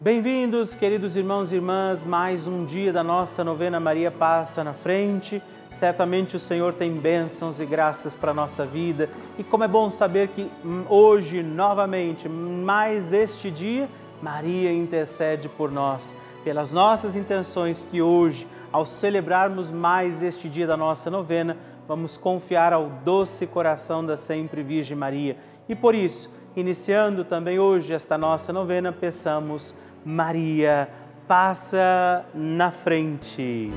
Bem-vindos, queridos irmãos e irmãs, mais um dia da nossa novena Maria Passa na Frente. Certamente o Senhor tem bênçãos e graças para a nossa vida. E como é bom saber que hoje, novamente, mais este dia, Maria intercede por nós, pelas nossas intenções que hoje, ao celebrarmos mais este dia da nossa novena, vamos confiar ao doce coração da sempre Virgem Maria. E por isso, iniciando também hoje esta nossa novena, peçamos: Maria, passa na frente.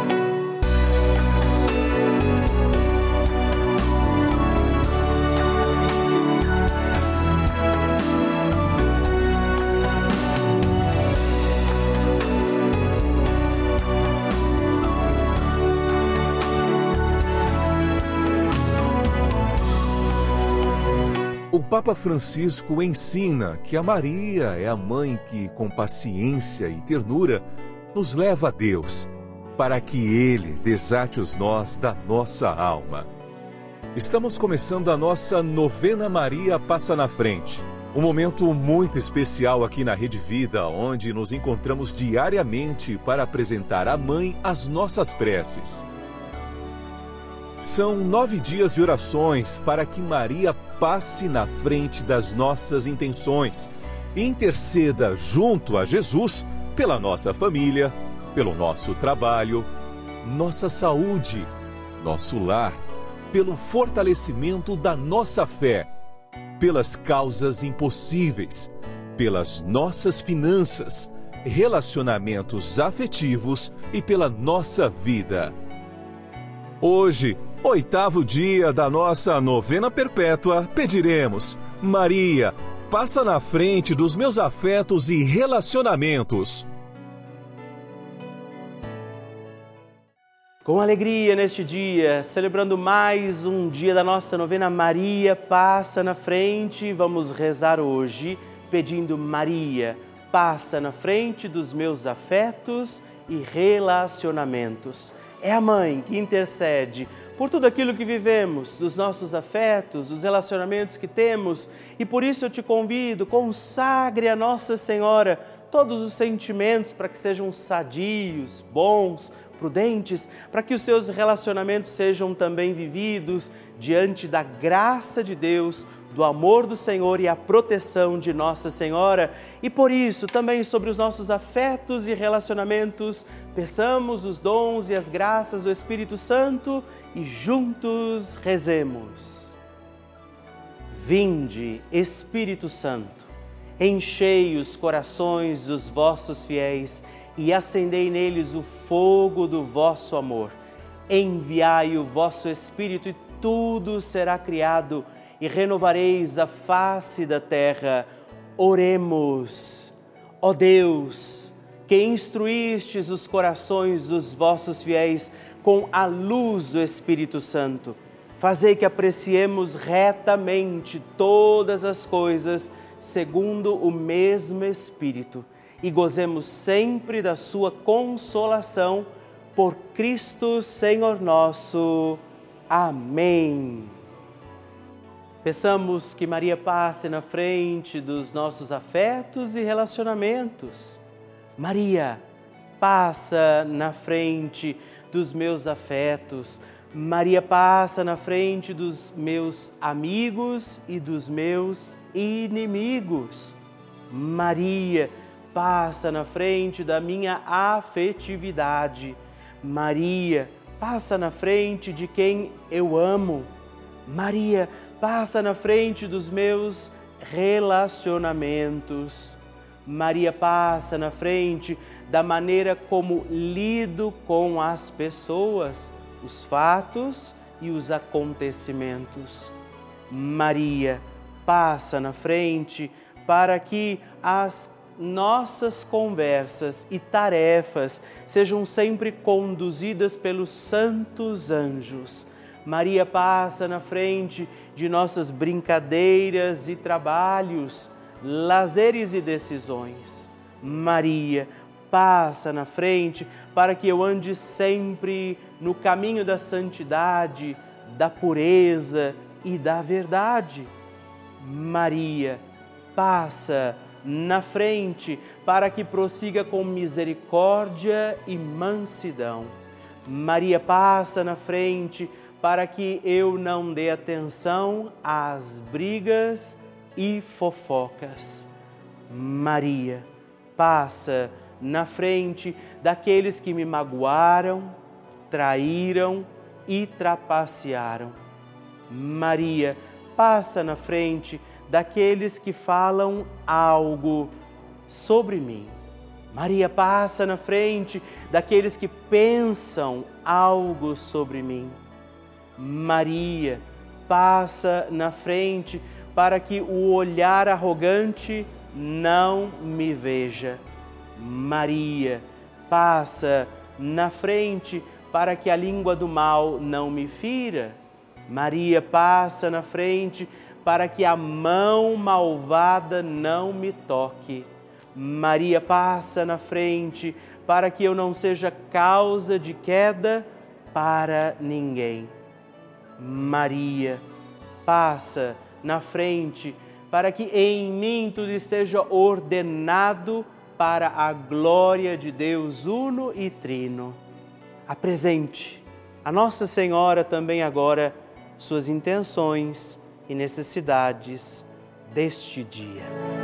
O Papa Francisco ensina que a Maria é a mãe que, com paciência e ternura, nos leva a Deus, para que Ele desate os nós da nossa alma. Estamos começando a nossa novena Maria Passa na Frente, um momento muito especial aqui na Rede Vida, onde nos encontramos diariamente para apresentar à Mãe as nossas preces. São 9 dias de orações para que Maria passe na frente das nossas intenções e interceda junto a Jesus pela nossa família, pelo nosso trabalho, nossa saúde, nosso lar, pelo fortalecimento da nossa fé, pelas causas impossíveis, pelas nossas finanças, relacionamentos afetivos e pela nossa vida. Hoje, 8º dia da nossa novena perpétua, pediremos: Maria, passa na frente dos meus afetos e relacionamentos. Com alegria neste dia, celebrando mais um dia da nossa novena Maria Passa na Frente, vamos rezar hoje pedindo: Maria, passa na frente dos meus afetos e relacionamentos. É a mãe que intercede por tudo aquilo que vivemos, dos nossos afetos, dos relacionamentos que temos, e por isso eu te convido, consagre a Nossa Senhora todos os sentimentos para que sejam sadios, bons, prudentes, para que os seus relacionamentos sejam também vividos diante da graça de Deus, do amor do Senhor e a proteção de Nossa Senhora. E por isso, também sobre os nossos afetos e relacionamentos, peçamos os dons e as graças do Espírito Santo e juntos rezemos. Vinde, Espírito Santo, enchei os corações dos vossos fiéis e acendei neles o fogo do vosso amor. Enviai o vosso Espírito e tudo será criado e renovareis a face da terra. Oremos. Ó Deus, que instruístes os corações dos vossos fiéis com a luz do Espírito Santo, fazei que apreciemos retamente todas as coisas segundo o mesmo Espírito e gozemos sempre da sua consolação por Cristo Senhor nosso. Amém. Peçamos que Maria passe na frente dos nossos afetos e relacionamentos. Maria, passa na frente dos meus afetos. Maria, passa na frente dos meus amigos e dos meus inimigos. Maria, passa na frente da minha afetividade. Maria, passa na frente de quem eu amo. Maria, passa na frente dos meus relacionamentos. Maria, passa na frente da maneira como lido com as pessoas, os fatos e os acontecimentos. Maria, passa na frente para que as nossas conversas e tarefas sejam sempre conduzidas pelos santos anjos. Maria, passa na frente de nossas brincadeiras e trabalhos, lazeres e decisões. Maria, passa na frente para que eu ande sempre no caminho da santidade, da pureza e da verdade. Maria, passa na frente, para que prossiga com misericórdia e mansidão. Maria passa na frente, para que eu não dê atenção às brigas e fofocas. Maria passa na frente daqueles que me magoaram, traíram e trapacearam. Maria passa na frente daqueles que falam algo sobre mim. Maria passa na frente daqueles que pensam algo sobre mim. Maria passa na frente para que o olhar arrogante não me veja. Maria passa na frente para que a língua do mal não me fira. Maria passa na frente para que a mão malvada não me toque. Maria passa na frente para que eu não seja causa de queda para ninguém. Maria passa na frente para que em mim tudo esteja ordenado para a glória de Deus uno e trino. Apresente a Nossa Senhora também agora suas intenções e necessidades deste dia.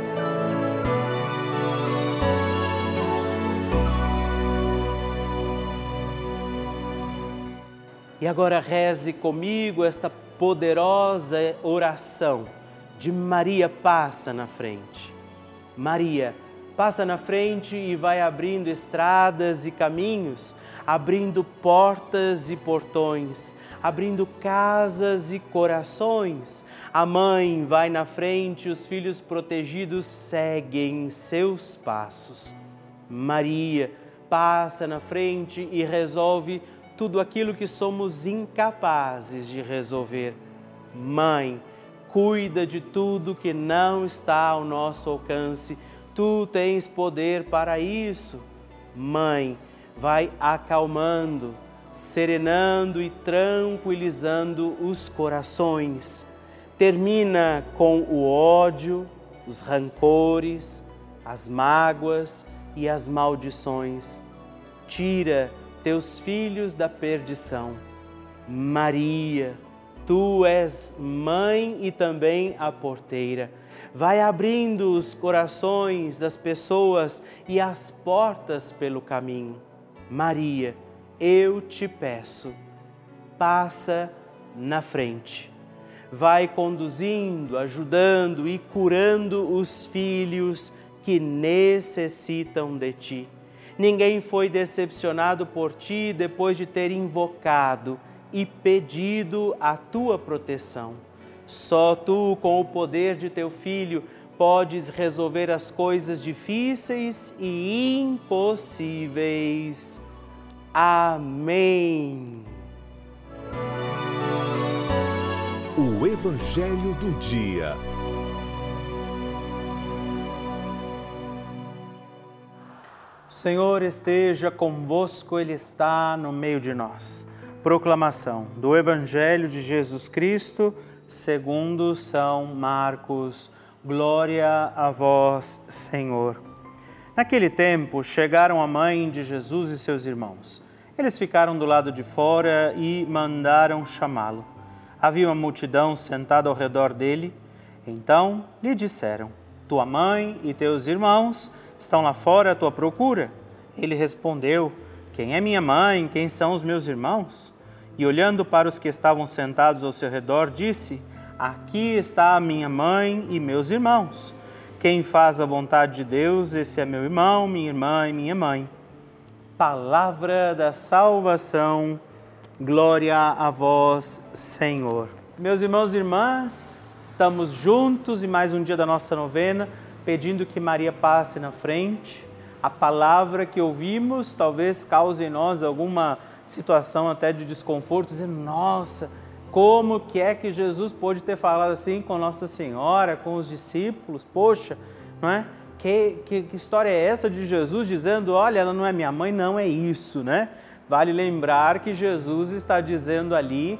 E agora reze comigo esta poderosa oração de Maria passa na frente. Maria passa na frente e vai abrindo estradas e caminhos, abrindo portas e portões, abrindo casas e corações. A mãe vai na frente, os filhos protegidos seguem seus passos. Maria passa na frente e resolve tudo aquilo que somos incapazes de resolver. Mãe, cuida de tudo que não está ao nosso alcance. Tu tens poder para isso. Mãe, vai acalmando, serenando e tranquilizando os corações. Termina com o ódio, os rancores, as mágoas e as maldições. Tira teus filhos da perdição. Maria, tu és mãe e também a porteira. Vai abrindo os corações das pessoas e as portas pelo caminho. Maria, eu te peço, passa na frente. Vai conduzindo, ajudando e curando os filhos que necessitam de ti. Ninguém foi decepcionado por ti depois de ter invocado e pedido a tua proteção. Só tu, com o poder de teu Filho, podes resolver as coisas difíceis e impossíveis. Amém. O Evangelho do Dia. O Senhor esteja convosco, Ele está no meio de nós. Proclamação do Evangelho de Jesus Cristo, segundo São Marcos. Glória a vós, Senhor. Naquele tempo, chegaram a mãe de Jesus e seus irmãos. Eles ficaram do lado de fora e mandaram chamá-lo. Havia uma multidão sentada ao redor dele. Então lhe disseram: tua mãe e teus irmãos estão lá fora à tua procura. Ele respondeu: quem é minha mãe? Quem são os meus irmãos? E olhando para os que estavam sentados ao seu redor, disse: aqui está a minha mãe e meus irmãos. Quem faz a vontade de Deus, esse é meu irmão, minha irmã e minha mãe. Palavra da salvação. Glória a vós, Senhor. Meus irmãos e irmãs, estamos juntos em mais um dia da nossa novena, pedindo que Maria passe na frente. A palavra que ouvimos talvez cause em nós alguma situação até de desconforto, dizendo: nossa, como que é que Jesus pôde ter falado assim com Nossa Senhora, com os discípulos? Poxa, não é? Que história é essa de Jesus dizendo: olha, ela não é minha mãe? Não é isso, né? Vale lembrar que Jesus está dizendo ali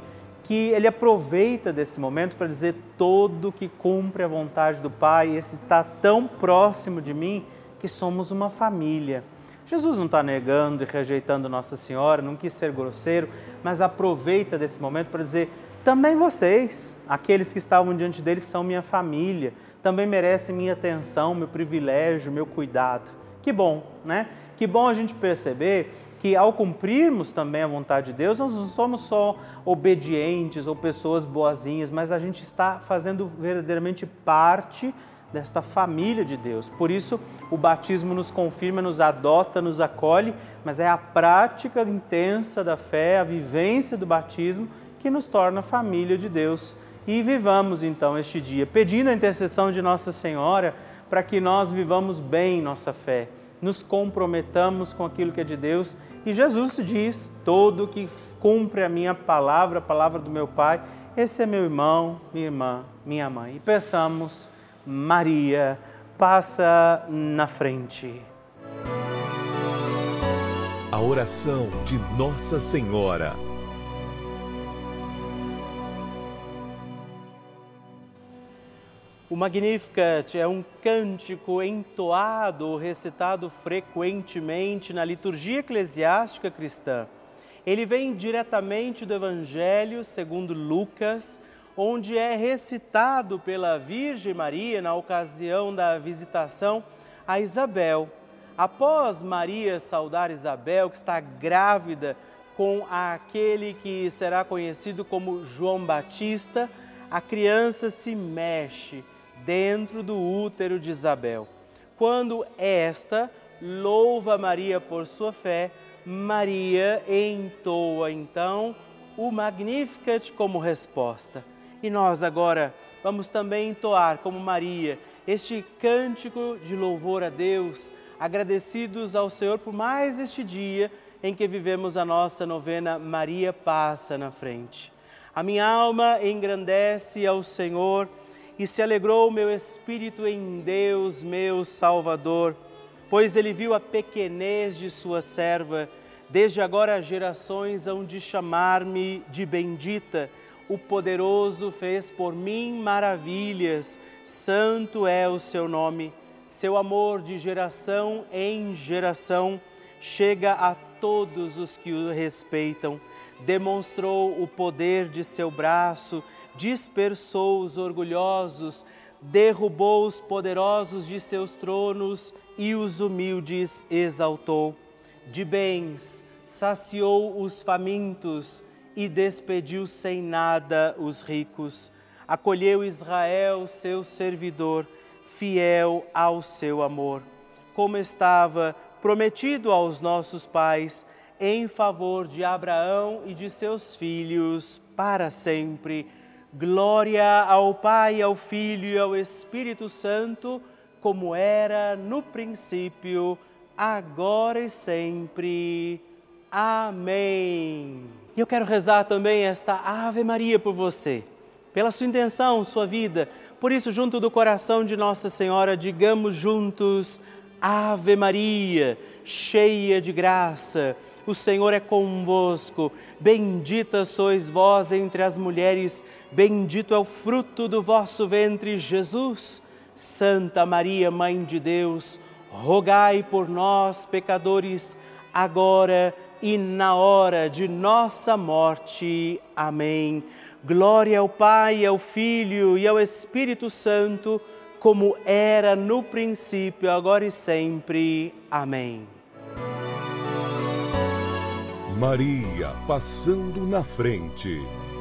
que ele aproveita desse momento para dizer: todo que cumpre a vontade do Pai, esse está tão próximo de mim que somos uma família. Jesus não está negando e rejeitando Nossa Senhora, não quis ser grosseiro, mas aproveita desse momento para dizer: também vocês, aqueles que estavam diante dele, são minha família, também merecem minha atenção, meu privilégio, meu cuidado. Que bom, né? Que bom a gente perceber que ao cumprirmos também a vontade de Deus, nós não somos só obedientes ou pessoas boazinhas, mas a gente está fazendo verdadeiramente parte desta família de Deus. Por isso, o batismo nos confirma, nos adota, nos acolhe, mas é a prática intensa da fé, a vivência do batismo que nos torna família de Deus. E vivamos então este dia pedindo a intercessão de Nossa Senhora para que nós vivamos bem nossa fé, nos comprometamos com aquilo que é de Deus. E Jesus diz: todo que cumpre a minha palavra, a palavra do meu Pai, esse é meu irmão, minha irmã, minha mãe. E peçamos: Maria, passa na frente. A oração de Nossa Senhora. O Magnificat é um cântico entoado ou recitado frequentemente na liturgia eclesiástica cristã. Ele vem diretamente do Evangelho segundo Lucas, onde é recitado pela Virgem Maria na ocasião da visitação a Isabel. Após Maria saudar Isabel, que está grávida com aquele que será conhecido como João Batista, a criança se mexe dentro do útero de Isabel. Quando esta louva Maria por sua fé, Maria entoa então o Magnificat como resposta. E nós agora vamos também entoar como Maria este cântico de louvor a Deus, agradecidos ao Senhor por mais este dia em que vivemos a nossa novena Maria Passa na Frente. A minha alma engrandece ao Senhor e se alegrou o meu espírito em Deus, meu Salvador, pois Ele viu a pequenez de sua serva. Desde agora as gerações hão de chamar-me de bendita. O poderoso fez por mim maravilhas, santo é o seu nome. Seu amor de geração em geração chega a todos os que o respeitam. Demonstrou o poder de seu braço, dispersou os orgulhosos, derrubou os poderosos de seus tronos e os humildes exaltou. De bens saciou os famintos e despediu sem nada os ricos. Acolheu Israel, seu servidor, fiel ao seu amor, como estava prometido aos nossos pais, em favor de Abraão e de seus filhos para sempre. Glória ao Pai, ao Filho e ao Espírito Santo, como era no princípio, agora e sempre. Amém. E eu quero rezar também esta Ave Maria por você, pela sua intenção, sua vida. Por isso, junto do coração de Nossa Senhora, digamos juntos: Ave Maria, cheia de graça, o Senhor é convosco. Bendita sois vós entre as mulheres, bendito é o fruto do vosso ventre, Jesus. Santa Maria, Mãe de Deus, rogai por nós, pecadores, agora e na hora de nossa morte. Amém. Glória ao Pai, ao Filho e ao Espírito Santo, como era no princípio, agora e sempre. Amém. Maria passando na frente.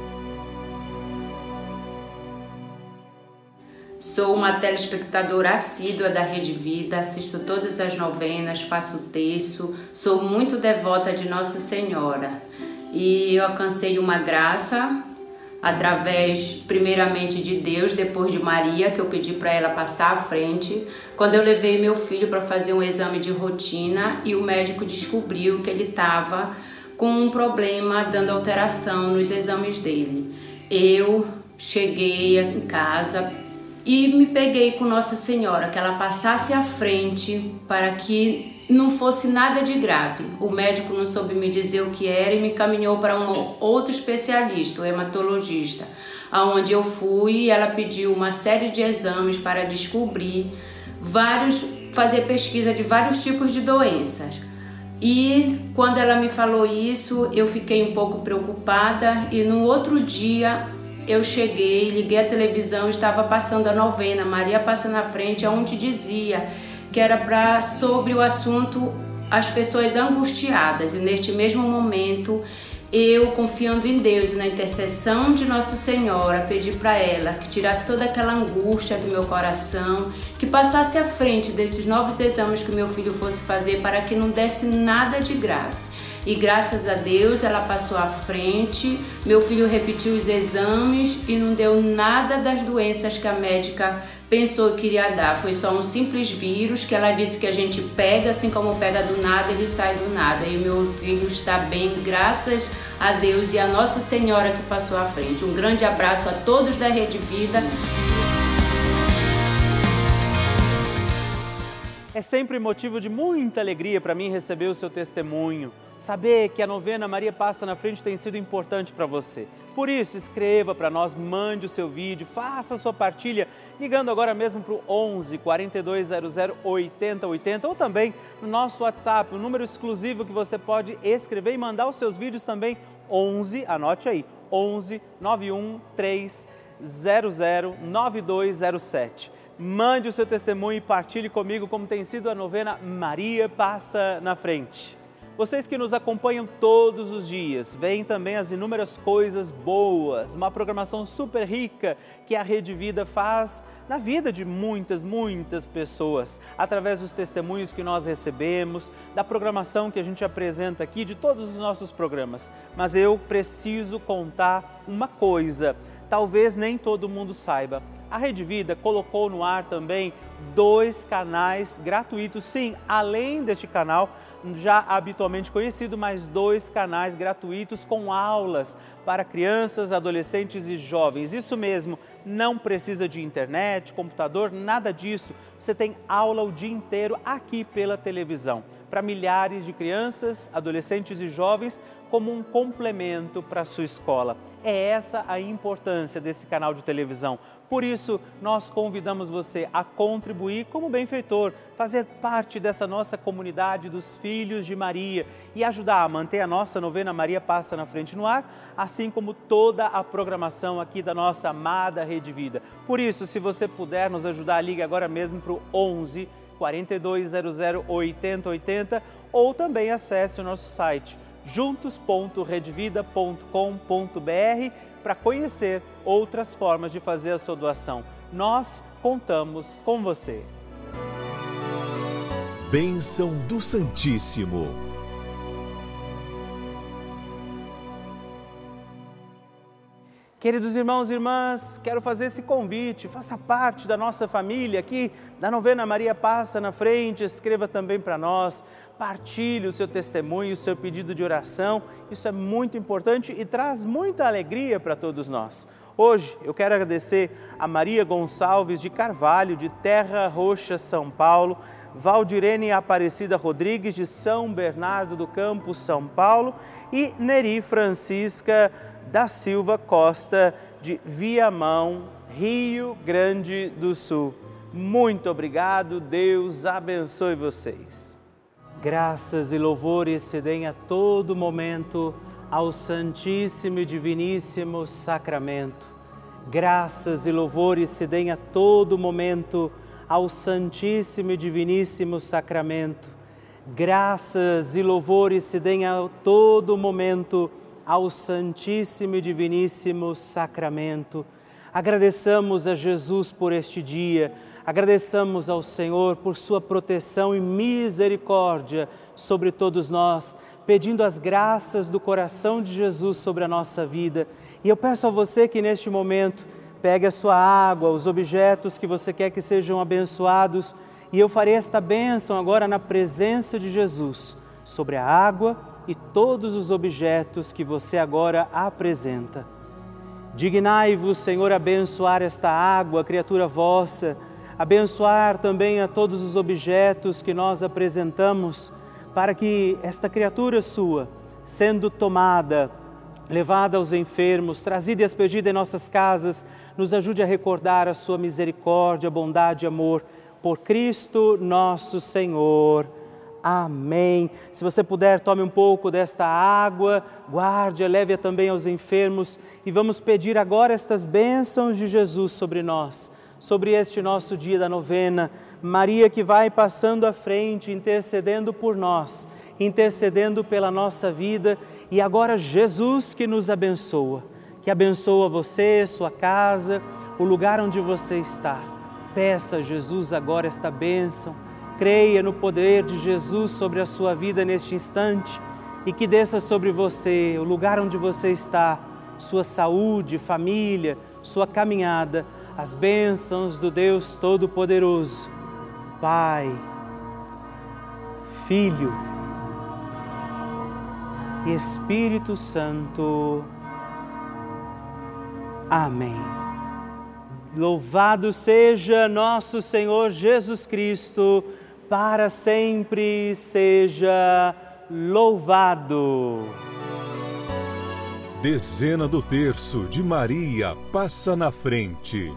Sou uma telespectadora assídua da Rede Vida, assisto todas as novenas, faço o terço, sou muito devota de Nossa Senhora. E eu alcancei uma graça através, primeiramente, de Deus, depois de Maria, que eu pedi para ela passar à frente, quando eu levei meu filho para fazer um exame de rotina e o médico descobriu que ele estava com um problema dando alteração nos exames dele. Eu cheguei em casa e me peguei com Nossa Senhora, que ela passasse à frente para que não fosse nada de grave. O médico não soube me dizer o que era e me encaminhou para um outro especialista, o hematologista, aonde eu fui e ela pediu uma série de exames para descobrir fazer pesquisa de vários tipos de doenças. E quando ela me falou isso, eu fiquei um pouco preocupada e no outro dia eu cheguei, liguei a televisão, estava passando a novena, Maria Passa na Frente, onde dizia que era sobre o assunto as pessoas angustiadas. E neste mesmo momento, eu, confiando em Deus, na intercessão de Nossa Senhora, pedi para ela que tirasse toda aquela angústia do meu coração, que passasse à frente desses novos exames que o meu filho fosse fazer para que não desse nada de grave. E graças a Deus ela passou à frente, meu filho repetiu os exames e não deu nada das doenças que a médica pensou que iria dar. Foi só um simples vírus que ela disse que a gente pega, assim como pega do nada, ele sai do nada. E o meu filho está bem, graças a Deus e a Nossa Senhora que passou à frente. Um grande abraço a todos da Rede Vida. É sempre motivo de muita alegria para mim receber o seu testemunho, saber que a novena Maria Passa na Frente tem sido importante para você. Por isso, escreva para nós, mande o seu vídeo, faça a sua partilha, ligando agora mesmo para o 11 4200 8080 ou também no nosso WhatsApp, o número exclusivo que você pode escrever e mandar os seus vídeos também, 11, anote aí, 11 91 300 9207. Mande o seu testemunho e partilhe comigo como tem sido a novena Maria Passa na Frente. Vocês que nos acompanham todos os dias, veem também as inúmeras coisas boas, uma programação super rica que a Rede Vida faz na vida de muitas pessoas, através dos testemunhos que nós recebemos, da programação que a gente apresenta aqui, de todos os nossos programas. Mas eu preciso contar uma coisa, talvez nem todo mundo saiba. A Rede Vida colocou no ar também 2 canais gratuitos, sim, além deste canal já habitualmente conhecido, mais 2 canais gratuitos com aulas para crianças, adolescentes e jovens. Isso mesmo, não precisa de internet, computador, nada disso. Você tem aula o dia inteiro aqui pela televisão, para milhares de crianças, adolescentes e jovens, como um complemento para a sua escola. É essa a importância desse canal de televisão. Por isso, nós convidamos você a contribuir como benfeitor, fazer parte dessa nossa comunidade dos Filhos de Maria e ajudar a manter a nossa novena Maria Passa na Frente no ar, assim como toda a programação aqui da nossa amada Rede Vida. Por isso, se você puder nos ajudar, ligue agora mesmo para o 11 4200 8080 ou também acesse o nosso site juntos.redvida.com.br para conhecer outras formas de fazer a sua doação. Nós contamos com você. Bênção do Santíssimo. Queridos irmãos e irmãs, quero fazer esse convite, faça parte da nossa família aqui, da novena Maria Passa na Frente, escreva também para nós, partilhe o seu testemunho, o seu pedido de oração, isso é muito importante e traz muita alegria para todos nós. Hoje eu quero agradecer a Maria Gonçalves de Carvalho, de Terra Roxa, São Paulo, Valdirene Aparecida Rodrigues, de São Bernardo do Campo, São Paulo, e Neri Francisca da Silva Costa, de Viamão, Rio Grande do Sul. Muito obrigado, Deus abençoe vocês. Graças e louvores se deem a todo momento ao Santíssimo e Diviníssimo Sacramento. Graças e louvores se deem a todo momento ao Santíssimo e Diviníssimo Sacramento. Graças e louvores se deem a todo momento ao Santíssimo e Diviníssimo Sacramento. Agradeçamos a Jesus por este dia, agradeçamos ao Senhor por sua proteção e misericórdia sobre todos nós, pedindo as graças do coração de Jesus sobre a nossa vida. E eu peço a você que neste momento pegue a sua água, os objetos que você quer que sejam abençoados, e eu farei esta bênção agora na presença de Jesus, sobre a água e todos os objetos que você agora apresenta. Dignai-vos, Senhor, abençoar esta água, criatura vossa, abençoar também a todos os objetos que nós apresentamos, para que esta criatura sua, sendo tomada, levada aos enfermos, trazida e expedida em nossas casas, nos ajude a recordar a sua misericórdia, bondade e amor, por Cristo nosso Senhor. Amém. Se você puder, tome um pouco desta água, guarde-a, leve-a também aos enfermos e vamos pedir agora estas bênçãos de Jesus sobre nós, sobre este nosso dia da novena. Maria que vai passando à frente, intercedendo por nós, intercedendo pela nossa vida, e agora Jesus que nos abençoa, que abençoa você, sua casa, o lugar onde você está. Peça a Jesus agora esta bênção, creia no poder de Jesus sobre a sua vida neste instante e que desça sobre você, o lugar onde você está, sua saúde, família, sua caminhada, as bênçãos do Deus Todo-Poderoso, Pai, Filho e Espírito Santo. Amém. Louvado seja nosso Senhor Jesus Cristo, para sempre seja louvado. Dezena do terço de Maria passa na frente.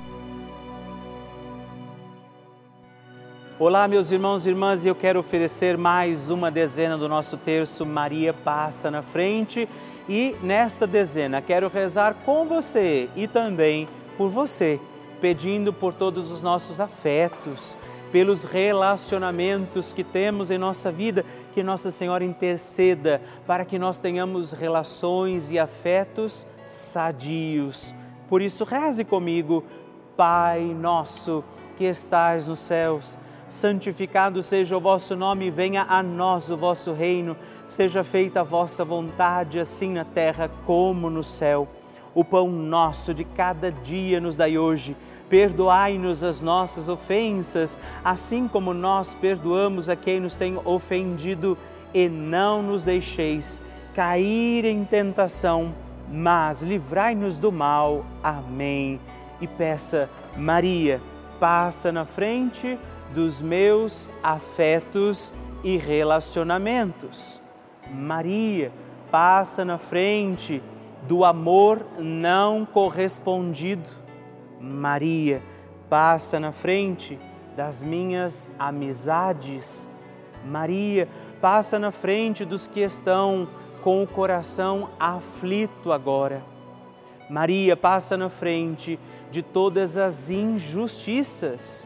Olá, meus irmãos e irmãs, eu quero oferecer mais uma dezena do nosso terço Maria passa na frente. E nesta dezena quero rezar com você e também por você, pedindo por todos os nossos afetos, pelos relacionamentos que temos em nossa vida, que Nossa Senhora interceda para que nós tenhamos relações e afetos sadios. Por isso, reze comigo. Pai nosso que estais nos céus, santificado seja o vosso nome, venha a nós o vosso reino, seja feita a vossa vontade, assim na terra como no céu. O pão nosso de cada dia nos dai hoje. Perdoai-nos as nossas ofensas, assim como nós perdoamos a quem nos tem ofendido, e não nos deixeis cair em tentação, mas livrai-nos do mal. Amém. E peça: Maria, passa na frente dos meus afetos e relacionamentos. Maria, passa na frente do amor não correspondido. Maria, passa na frente das minhas amizades. Maria, passa na frente dos que estão com o coração aflito agora. Maria, passa na frente de todas as injustiças.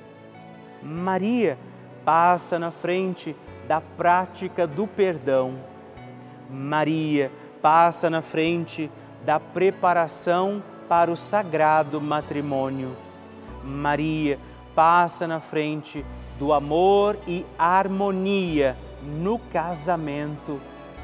Maria, passa na frente da prática do perdão. Maria, passa na frente da preparação para o sagrado matrimônio. Maria, passa na frente do amor e harmonia no casamento.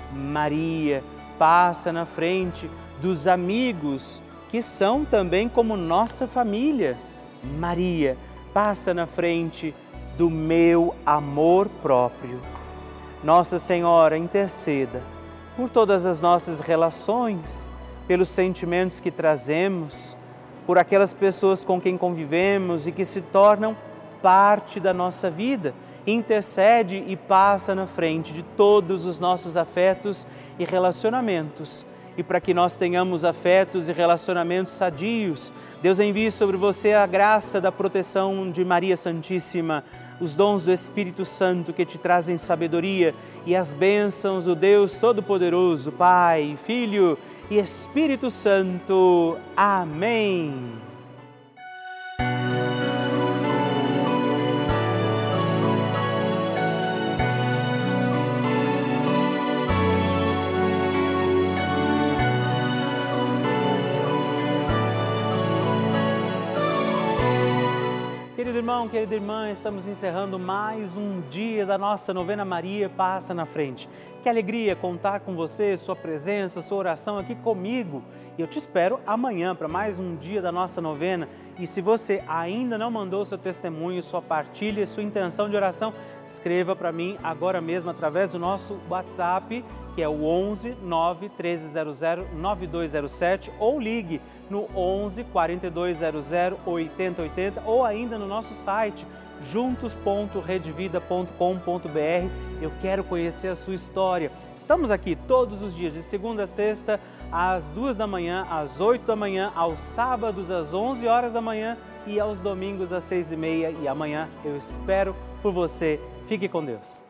Maria, passa na frente dos amigos que são também como nossa família. Maria, passa na frente do meu amor próprio. Nossa Senhora, interceda por todas as nossas relações, pelos sentimentos que trazemos, por aquelas pessoas com quem convivemos e que se tornam parte da nossa vida. Intercede e passa na frente de todos os nossos afetos e relacionamentos. E para que nós tenhamos afetos e relacionamentos sadios, Deus envie sobre você a graça da proteção de Maria Santíssima, os dons do Espírito Santo que te trazem sabedoria e as bênçãos do Deus Todo-Poderoso, Pai, Filho e Espírito Santo. Amém. Querido irmão, querida irmã, estamos encerrando mais um dia da nossa novena Maria Passa na Frente. Que alegria contar com você, sua presença, sua oração aqui comigo. E eu te espero amanhã para mais um dia da nossa novena. E se você ainda não mandou seu testemunho, sua partilha, sua intenção de oração, escreva para mim agora mesmo através do nosso WhatsApp, que é o 11 9 1300 9207, ou ligue no 11 4200 8080 ou ainda no nosso site juntos.redvida.com.br. Eu quero conhecer a sua história. Estamos aqui todos os dias, de segunda a sexta, às 2 da manhã, às 8 da manhã, aos sábados às 11 horas da manhã e aos domingos às 6h30. E amanhã eu espero por você. Fique com Deus.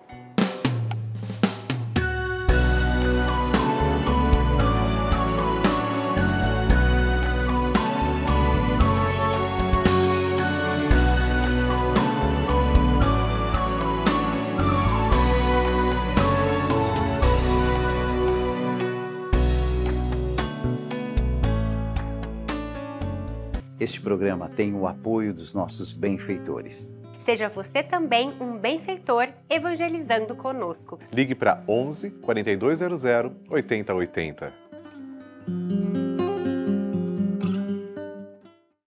Este programa tem o apoio dos nossos benfeitores. Seja você também um benfeitor evangelizando conosco. Ligue para 11 4200 8080.